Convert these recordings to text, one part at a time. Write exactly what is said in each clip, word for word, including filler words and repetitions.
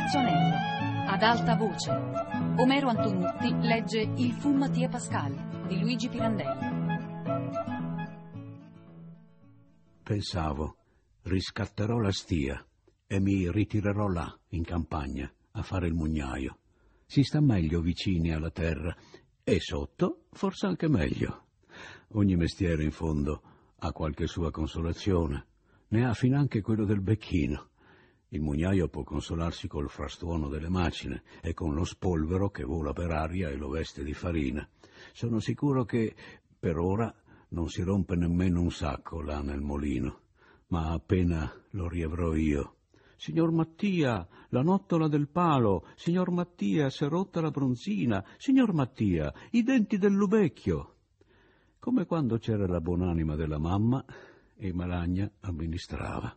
Terzo anello. Ad alta voce. Omero Antonutti legge Il fu Mattia Pascal di Luigi Pirandelli. Pensavo, riscatterò la stia e mi ritirerò là, in campagna, a fare il mugnaio. Si sta meglio vicini alla terra e sotto forse anche meglio. Ogni mestiere, in fondo, ha qualche sua consolazione. Ne ha finanche quello del becchino. Il mugnaio può consolarsi col frastuono delle macine e con lo spolvero che vola per aria e lo veste di farina. Sono sicuro che, per ora, non si rompe nemmeno un sacco là nel molino, ma appena lo riavrò io. Signor Mattia, la nottola del palo, signor Mattia, s'è rotta la bronzina, signor Mattia, i denti del lubecchio. Come quando c'era la buonanima della mamma e Malagna amministrava.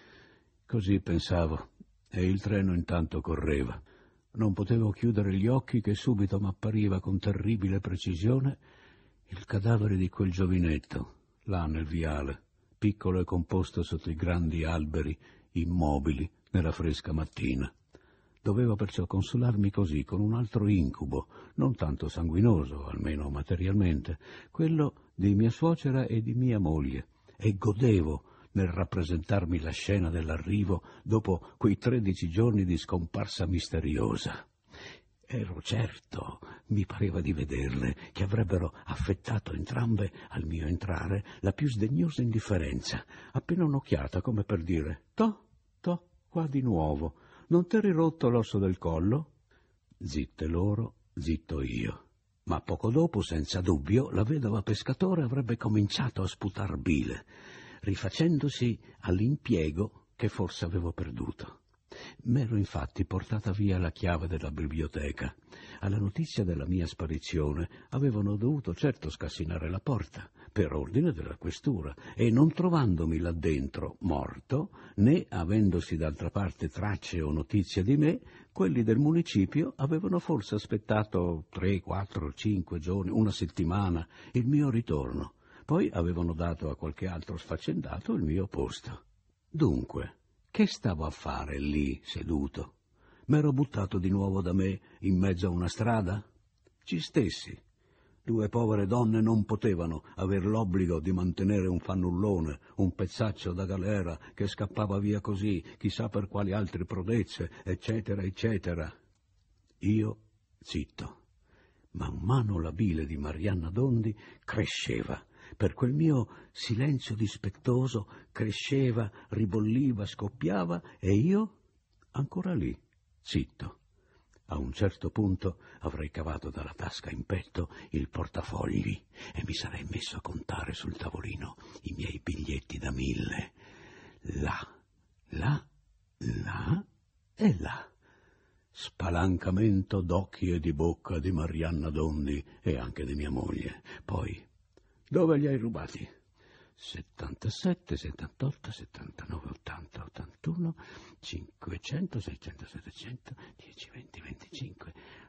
Così pensavo, e il treno intanto correva. Non potevo chiudere gli occhi che subito m'appariva con terribile precisione il cadavere di quel giovinetto, là nel viale, piccolo e composto sotto i grandi alberi immobili nella fresca mattina. Dovevo perciò consolarmi così con un altro incubo, non tanto sanguinoso, almeno materialmente, quello di mia suocera e di mia moglie, e godevo nel rappresentarmi la scena dell'arrivo dopo quei tredici giorni di scomparsa misteriosa. Ero certo, mi pareva di vederle, che avrebbero affettato entrambe al mio entrare la più sdegnosa indifferenza, appena un'occhiata come per dire «Toh, toh, qua di nuovo, non t'eri rotto l'osso del collo?» Zitte loro, zitto io. Ma poco dopo, senza dubbio, la vedova pescatore avrebbe cominciato a sputar bile, rifacendosi all'impiego che forse avevo perduto. M'ero infatti portata via la chiave della biblioteca. Alla notizia della mia sparizione avevano dovuto certo scassinare la porta, per ordine della questura, e non trovandomi là dentro morto, né avendosi d'altra parte tracce o notizie di me, quelli del municipio avevano forse aspettato tre, quattro, cinque giorni, una settimana, il mio ritorno. Poi avevano dato a qualche altro sfaccendato il mio posto. Dunque, che stavo a fare lì, seduto? M'ero buttato di nuovo da me in mezzo a una strada? Ci stessi. Due povere donne non potevano aver l'obbligo di mantenere un fannullone, un pezzaccio da galera che scappava via così, chissà per quali altre prodezze, eccetera, eccetera. Io, zitto. Man mano la bile di Marianna Dondi cresceva. Per quel mio silenzio dispettoso cresceva, ribolliva, scoppiava, e io ancora lì, zitto. A un certo punto avrei cavato dalla tasca in petto il portafogli e mi sarei messo a contare sul tavolino i miei biglietti da mille. Là, là, là e là. Spalancamento d'occhi e di bocca di Marianna Dondi e anche di mia moglie. Poi, dove li hai rubati? settantasette, settantotto, settantanove, ottanta, ottantuno, cinquecento, seicento, settecento, dieci, venti, venticinque,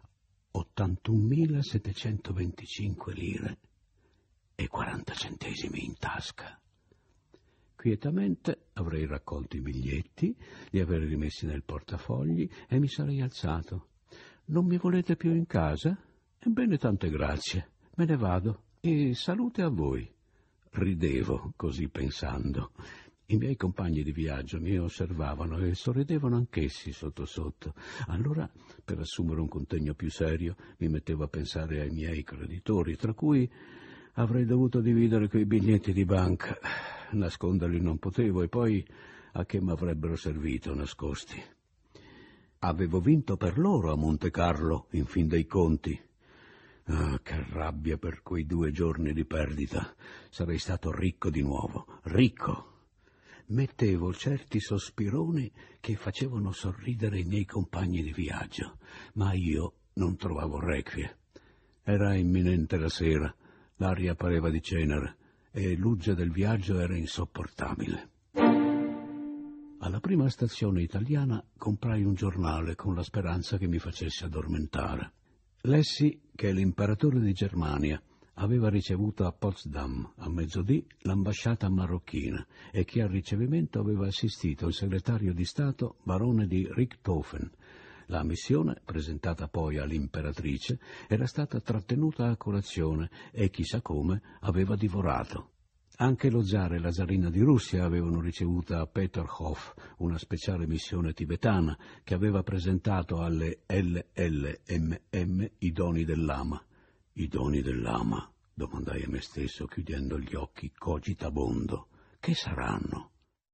ottantunomilasettecentoventicinque lire e quaranta centesimi in tasca. Quietamente avrei raccolto i biglietti, li avrei rimessi nel portafogli e mi sarei alzato. Non mi volete più in casa? Ebbene, tante grazie, me ne vado. E salute a voi. Ridevo, così pensando. I miei compagni di viaggio mi osservavano e sorridevano anch'essi sotto sotto. Allora, per assumere un contegno più serio, mi mettevo a pensare ai miei creditori, tra cui avrei dovuto dividere quei biglietti di banca. Nasconderli non potevo, e poi a che m'avrebbero servito nascosti? Avevo vinto per loro a Monte Carlo, in fin dei conti. Ah, che rabbia per quei due giorni di perdita. Sarei stato ricco di nuovo, ricco. Mettevo certi sospironi che facevano sorridere i miei compagni di viaggio, ma io non trovavo requie. Era imminente la sera, l'aria pareva di cenere e l'uggia del viaggio era insopportabile. Alla prima stazione italiana comprai un giornale con la speranza che mi facesse addormentare. Lessi che l'imperatore di Germania aveva ricevuto a Potsdam a mezzodì l'ambasciata marocchina e che al ricevimento aveva assistito il segretario di Stato barone di Richthofen, La missione, presentata poi all'imperatrice, era stata trattenuta a colazione e, chissà come, aveva divorato. Anche lo zar e la zarina di Russia avevano ricevuto a Peterhof una speciale missione tibetana che aveva presentato alle L L M M i doni del Lama. I doni del Lama? Domandai a me stesso, chiudendo gli occhi cogitabondo. Che saranno?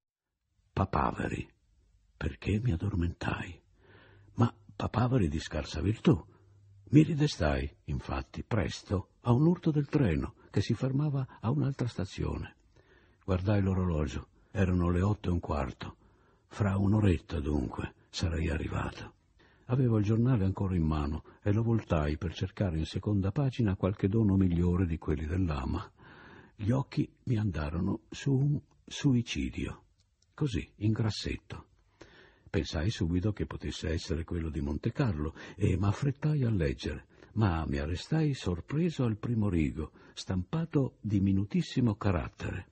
Papaveri. Perché mi addormentai? Ma papaveri di scarsa virtù. Mi ridestai, infatti, presto a un urto del treno che si fermava a un'altra stazione. Guardai l'orologio. Erano le otto e un quarto. Fra un'oretta, dunque, sarei arrivato. Avevo il giornale ancora in mano e lo voltai per cercare in seconda pagina qualche dono migliore di quelli del Lama. Gli occhi mi andarono su un suicidio, così, in grassetto. Pensai subito che potesse essere quello di Monte Carlo e m'affrettai a leggere, ma mi arrestai sorpreso al primo rigo, stampato di minutissimo carattere.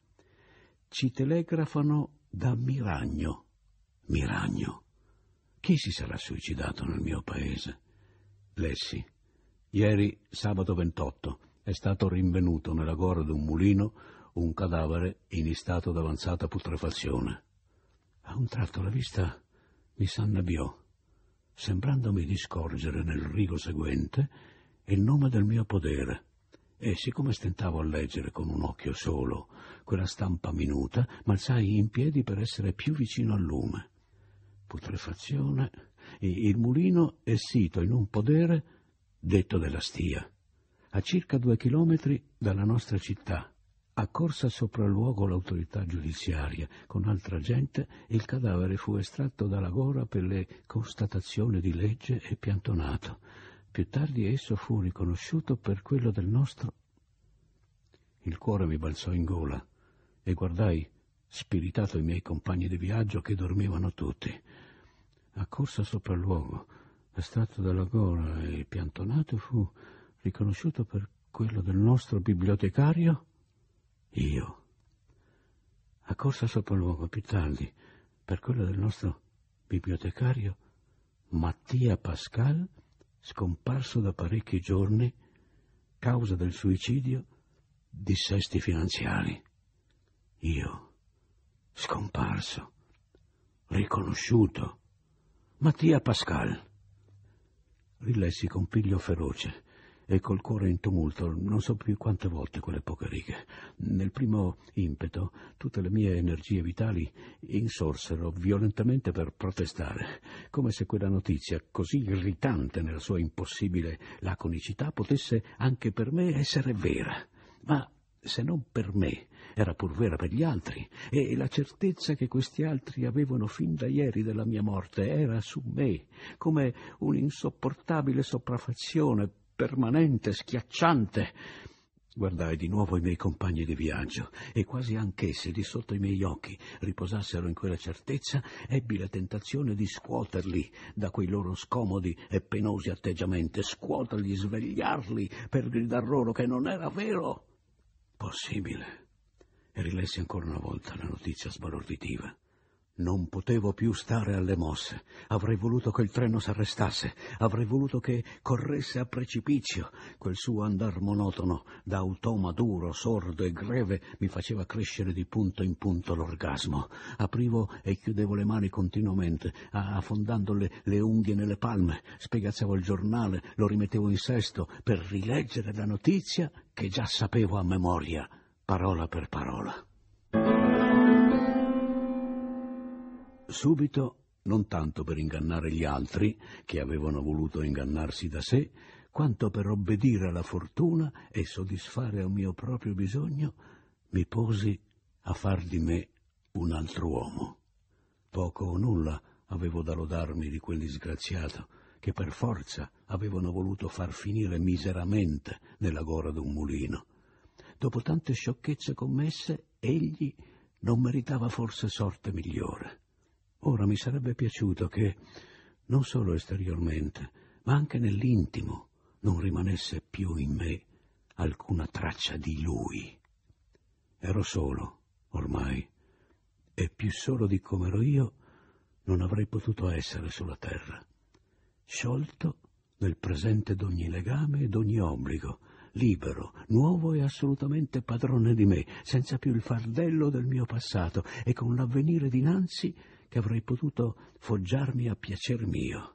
Ci telegrafano da Miragno. Miragno. Chi si sarà suicidato nel mio paese? Lessi. Ieri, sabato ventotto, è stato rinvenuto nella gora d'un mulino un cadavere in stato d'avanzata putrefazione. A un tratto la vista mi s'annebbiò, sembrandomi di scorgere nel rigo seguente il nome del mio podere, e siccome stentavo a leggere con un occhio solo quella stampa minuta, m'alzai in piedi per essere più vicino al lume. Putrefazione. Il mulino è sito in un podere detto della Stia, a circa due chilometri dalla nostra città. Accorsa sopra il luogo l'autorità giudiziaria, con altra gente, il cadavere fu estratto dalla gora per le constatazioni di legge e piantonato. Più tardi esso fu riconosciuto per quello del nostro. Il cuore mi balzò in gola e guardai spiritato i miei compagni di viaggio che dormivano tutti. Accorsa sopra il luogo, estratto dalla gora e piantonato, fu riconosciuto per quello del nostro bibliotecario. Io. Accorsa sopra il luogo più tardi per quello del nostro bibliotecario Mattia Pascal, scomparso da parecchi giorni, causa del suicidio, dissesti finanziari. Io. Scomparso. Riconosciuto. Mattia Pascal. Rilessi con piglio feroce e col cuore in tumulto, non so più quante volte quelle poche righe. Nel primo impeto tutte le mie energie vitali insorsero violentemente per protestare, come se quella notizia, così irritante nella sua impossibile laconicità, potesse anche per me essere vera. Ma se non per me, era pur vera per gli altri, e la certezza che questi altri avevano fin da ieri della mia morte era su me, come un'insopportabile sopraffazione permanente, schiacciante. Guardai di nuovo i miei compagni di viaggio e quasi anch'essi di sotto i miei occhi riposassero in quella certezza, ebbi la tentazione di scuoterli da quei loro scomodi e penosi atteggiamenti, scuoterli, svegliarli per gridar loro che non era vero. Possibile. E rilessi ancora una volta la notizia sbalorditiva. Non potevo più stare alle mosse. Avrei voluto che il treno s'arrestasse. Avrei voluto che corresse a precipizio. Quel suo andar monotono, da automa duro, sordo e greve, mi faceva crescere di punto in punto l'orgasmo. Aprivo e chiudevo le mani continuamente, affondando le, le unghie nelle palme. Spiegazzavo il giornale, lo rimettevo in sesto per rileggere la notizia che già sapevo a memoria, parola per parola. Subito, non tanto per ingannare gli altri, che avevano voluto ingannarsi da sé, quanto per obbedire alla fortuna e soddisfare un mio proprio bisogno, mi posi a far di me un altro uomo. Poco o nulla avevo da lodarmi di quel disgraziato, che per forza avevano voluto far finire miseramente nella gora d'un mulino. Dopo tante sciocchezze commesse, egli non meritava forse sorte migliore. Ora mi sarebbe piaciuto che, non solo esteriormente, ma anche nell'intimo, non rimanesse più in me alcuna traccia di lui. Ero solo, ormai, e più solo di come ero io non avrei potuto essere sulla terra. sciolto nel presente d'ogni legame e d'ogni obbligo, libero, nuovo e assolutamente padrone di me, senza più il fardello del mio passato e con l'avvenire dinanzi che avrei potuto foggiarmi a piacer mio.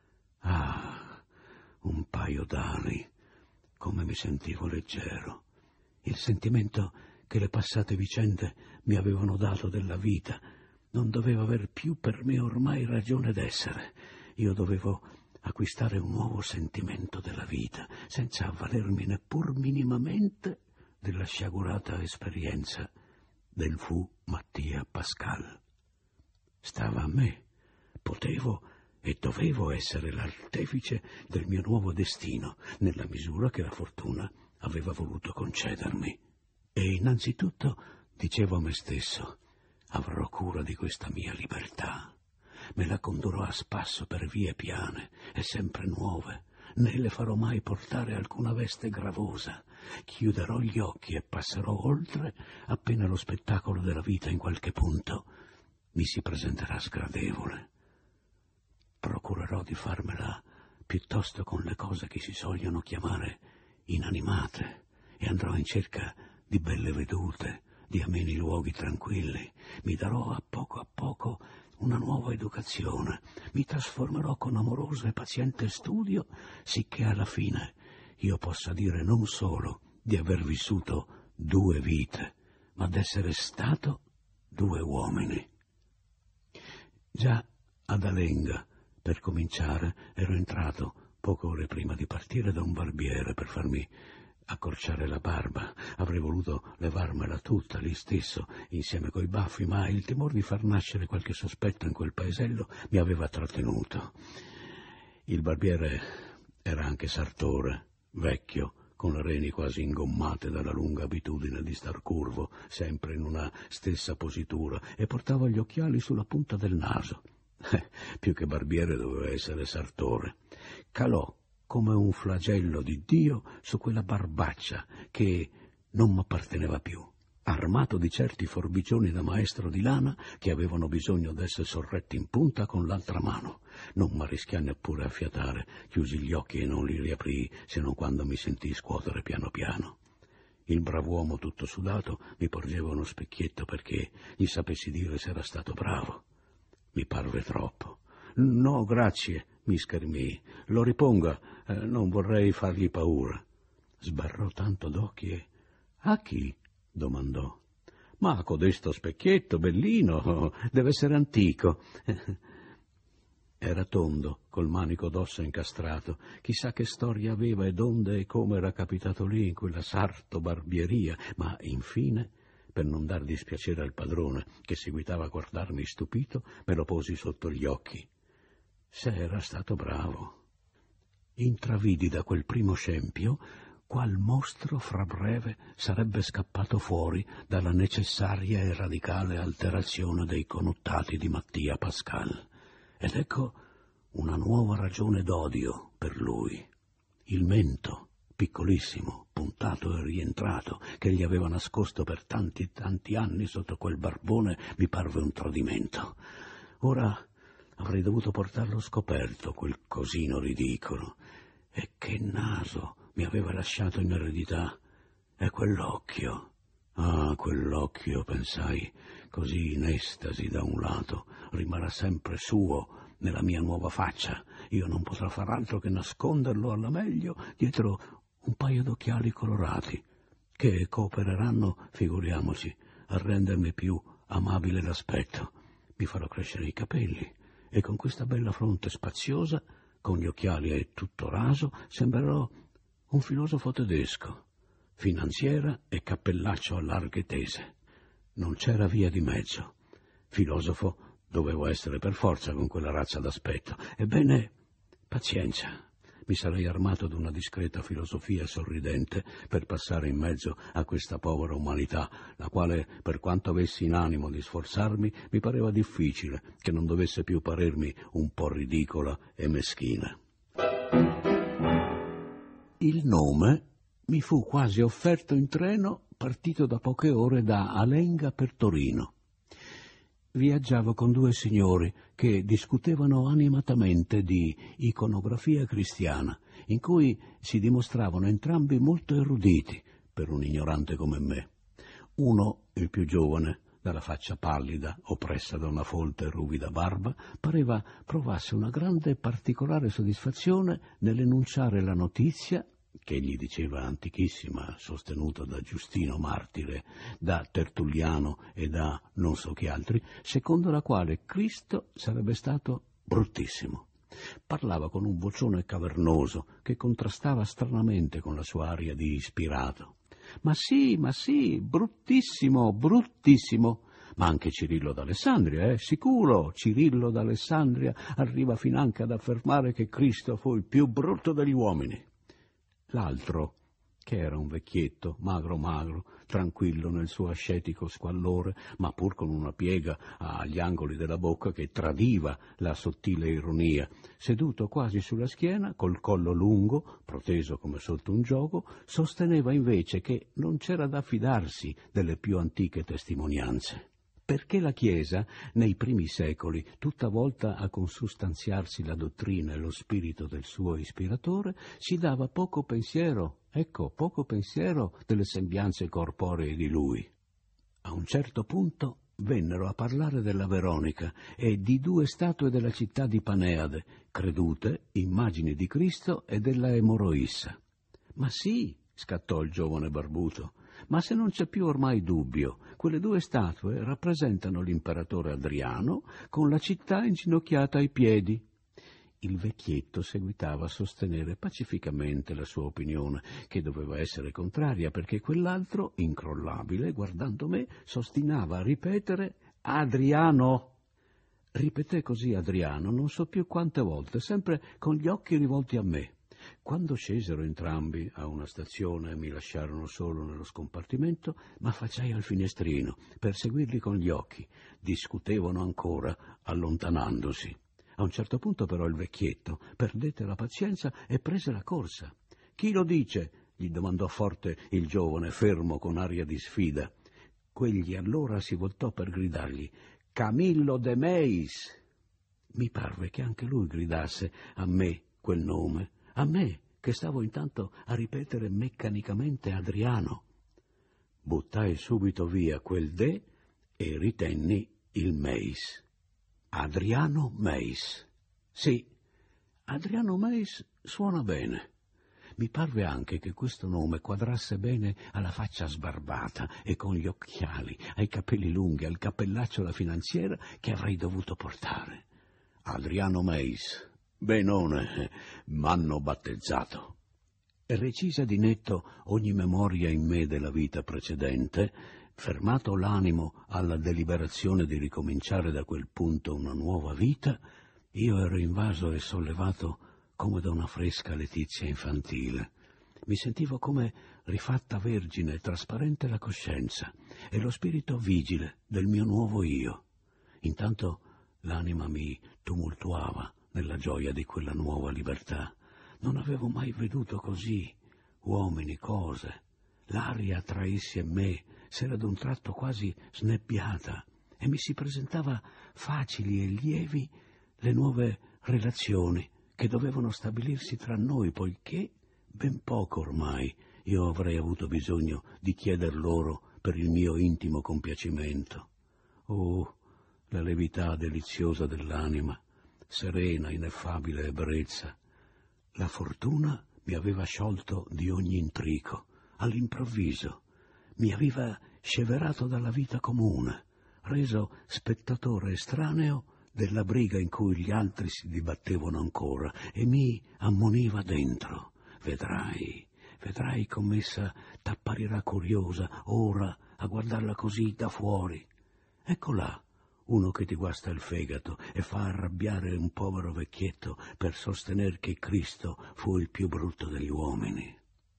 Ah, un paio d'ali, come mi sentivo leggero. Il sentimento che le passate vicende mi avevano dato della vita non doveva aver più per me ormai ragione d'essere. Io dovevo acquistare un nuovo sentimento della vita, senza avvalermi neppur minimamente della sciagurata esperienza del fu Mattia Pascal. Stava a me, potevo e dovevo essere l'artefice del mio nuovo destino, nella misura che la fortuna aveva voluto concedermi. E innanzitutto dicevo a me stesso: avrò cura di questa mia libertà. Me la condurrò a spasso per vie piane e sempre nuove, né le farò mai portare alcuna veste gravosa. Chiuderò gli occhi e passerò oltre appena lo spettacolo della vita in qualche punto mi si presenterà sgradevole. Procurerò di farmela piuttosto con le cose che si sogliono chiamare inanimate e andrò in cerca di belle vedute, di ameni luoghi tranquilli. Mi darò a poco a poco una nuova educazione, mi trasformerò con amoroso e paziente studio, sicché alla fine io possa dire non solo di aver vissuto due vite, ma d'essere stato due uomini. Già ad Alenga, per cominciare, ero entrato poche ore prima di partire da un barbiere per farmi accorciare la barba. Avrei voluto levarmela tutta lì stesso, insieme coi baffi, ma il timore di far nascere qualche sospetto in quel paesello mi aveva trattenuto. Il barbiere era anche sartore, vecchio, con le reni quasi ingommate dalla lunga abitudine di star curvo, sempre in una stessa positura, e portava gli occhiali sulla punta del naso. Eh, più che barbiere doveva essere sartore. Calò come un flagello di Dio su quella barbaccia che non m'apparteneva più, armato di certi forbicioni da maestro di lana che avevano bisogno d'essere sorretti in punta con l'altra mano. Non m'arrischiai neppure a fiatare, chiusi gli occhi e non li riaprii se non quando mi sentii scuotere piano piano. Il brav'uomo tutto sudato mi porgeva uno specchietto perché gli sapessi dire se era stato bravo. Mi parve troppo. «No, grazie», mi schermii. «Lo riponga, eh, non vorrei fargli paura». Sbarrò tanto d'occhi e... «A chi?» domandò. «Ma a codesto specchietto, bellino, deve essere antico». Era tondo, col manico d'osso incastrato. Chissà che storia aveva e donde e come era capitato lì in quella sarto barbieria, ma infine, per non dar dispiacere al padrone, che seguitava a guardarmi stupito, me lo posi sotto gli occhi. Se era stato bravo. Intravidi da quel primo scempio qual mostro fra breve sarebbe scappato fuori dalla necessaria e radicale alterazione dei connottati di Mattia Pascal. Ed ecco una nuova ragione d'odio per lui. Il mento, piccolissimo, puntato e rientrato, che gli aveva nascosto per tanti tanti anni sotto quel barbone, mi parve un tradimento. Ora avrei dovuto portarlo scoperto, quel cosino ridicolo. E che naso mi aveva lasciato in eredità. E quell'occhio. Ah, quell'occhio, pensai, così in estasi da un lato, rimarrà sempre suo nella mia nuova faccia. Io non potrò far altro che nasconderlo alla meglio dietro un paio d'occhiali colorati, che coopereranno, figuriamoci, a rendermi più amabile l'aspetto. Mi farò crescere i capelli e con questa bella fronte spaziosa, con gli occhiali e tutto raso, sembrerò un filosofo tedesco, finanziera e cappellaccio a larghe tese. Non c'era via di mezzo. Filosofo dovevo essere per forza con quella razza d'aspetto. Ebbene, pazienza. Mi sarei armato d'una discreta filosofia sorridente per passare in mezzo a questa povera umanità, la quale, per quanto avessi in animo di sforzarmi, mi pareva difficile che non dovesse più parermi un po' ridicola e meschina. Il nome mi fu quasi offerto in treno partito da poche ore da Alenga per Torino. viaggiavo con due signori che discutevano animatamente di iconografia cristiana, in cui si dimostravano entrambi molto eruditi per un ignorante come me. Uno, il più giovane, dalla faccia pallida, oppressa da una folta e ruvida barba, pareva provasse una grande e particolare soddisfazione nell'enunciare la notizia, che egli diceva antichissima, sostenuta da Giustino Martire, da Tertulliano e da non so chi altri, secondo la quale Cristo sarebbe stato bruttissimo. Parlava con un vocione cavernoso che contrastava stranamente con la sua aria di ispirato. Ma sì, ma sì, bruttissimo, bruttissimo. Ma anche Cirillo d'Alessandria, eh, sicuro, Cirillo d'Alessandria arriva finanche ad affermare che Cristo fu il più brutto degli uomini. L'altro, che era un vecchietto, magro magro, tranquillo nel suo ascetico squallore, ma pur con una piega agli angoli della bocca che tradiva la sottile ironia, seduto quasi sulla schiena, col collo lungo, proteso come sotto un giogo, sosteneva invece che non c'era da fidarsi delle più antiche testimonianze, perché la Chiesa, nei primi secoli, tutta volta a consustanziarsi la dottrina e lo spirito del suo ispiratore, si dava poco pensiero, ecco, poco pensiero delle sembianze corporee di lui. A un certo punto vennero a parlare della Veronica e di due statue della città di Paneade, credute immagini di Cristo e della Emoroissa. Ma sì, scattò il giovane barbuto, ma se non c'è più ormai dubbio, quelle due statue rappresentano l'imperatore Adriano con la città inginocchiata ai piedi. Il vecchietto seguitava a sostenere pacificamente la sua opinione, che doveva essere contraria, perché quell'altro, incrollabile, guardando me, s'ostinava a ripetere «Adriano!». Ripeté così Adriano non so più quante volte, sempre con gli occhi rivolti a me. Quando scesero entrambi a una stazione e mi lasciarono solo nello scompartimento, m'affacciai al finestrino per seguirli con gli occhi. Discutevano ancora, allontanandosi. A un certo punto però il vecchietto perdette la pazienza e prese la corsa. «Chi lo dice?» gli domandò forte il giovane, fermo con aria di sfida. Quegli allora si voltò per gridargli «Camillo de Meis!». Mi parve che anche lui gridasse a me quel nome, a me che stavo intanto a ripetere meccanicamente Adriano. Buttai subito via quel de e ritenni il Meis. Adriano Meis. Sì, Adriano Meis suona bene. Mi parve anche che questo nome quadrasse bene alla faccia sbarbata e con gli occhiali, ai capelli lunghi, al cappellaccio da finanziera che avrei dovuto portare. Adriano Meis, benone, m'hanno battezzato. Recisa di netto ogni memoria in me della vita precedente, fermato l'animo alla deliberazione di ricominciare da quel punto una nuova vita, io ero invaso e sollevato come da una fresca letizia infantile. Mi sentivo come rifatta vergine e trasparente la coscienza e lo spirito vigile del mio nuovo io. Intanto l'anima mi tumultuava nella gioia di quella nuova libertà. Non avevo mai veduto così uomini, cose. L'aria tra essi e me s'era d'un tratto quasi snebbiata e mi si presentava facili e lievi le nuove relazioni che dovevano stabilirsi tra noi, poiché ben poco ormai io avrei avuto bisogno di chieder loro per il mio intimo compiacimento. Oh, la levità deliziosa dell'anima, serena, ineffabile ebbrezza. La fortuna mi aveva sciolto di ogni intrico, all'improvviso. Mi aveva sceverato dalla vita comune, reso spettatore estraneo della briga in cui gli altri si dibattevano ancora, e mi ammoniva dentro. Vedrai, vedrai com'essa t'apparirà curiosa ora a guardarla così da fuori. Ecco là uno che ti guasta il fegato e fa arrabbiare un povero vecchietto per sostener che Cristo fu il più brutto degli uomini.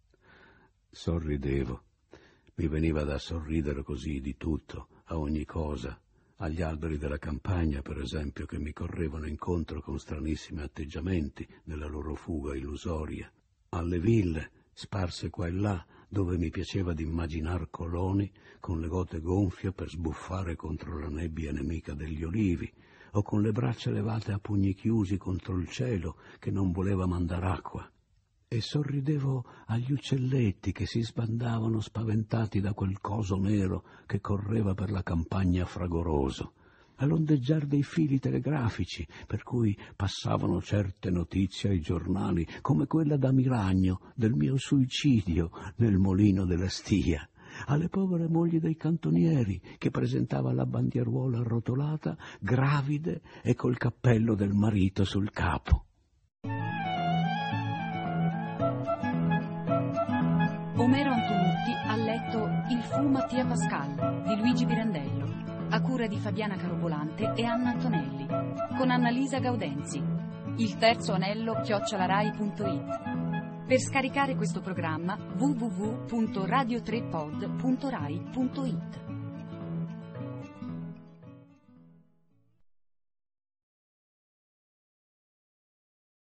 Sorridevo. Mi veniva da sorridere così di tutto, a ogni cosa, agli alberi della campagna, per esempio, che mi correvano incontro con stranissimi atteggiamenti nella loro fuga illusoria, alle ville sparse qua e là, dove mi piaceva di immaginar coloni con le gote gonfie per sbuffare contro la nebbia nemica degli olivi, o con le braccia levate a pugni chiusi contro il cielo che non voleva mandar acqua. E sorridevo agli uccelletti che si sbandavano spaventati da quel coso nero che correva per la campagna fragoroso, all'ondeggiar dei fili telegrafici per cui passavano certe notizie ai giornali, come quella da Miragno del mio suicidio nel mulino della Stia, alle povere mogli dei cantonieri che presentava la bandieruola arrotolata, gravide e col cappello del marito sul capo. Omero Antonutti ha letto Il fu Mattia Pascal di Luigi Pirandello, a cura di Fabiana Carobolante e Anna Antonelli, con Annalisa Gaudenzi. Il terzo anello chiocciolarai punto it. Per scaricare questo programma w w w punto radio tre pod punto rai punto it.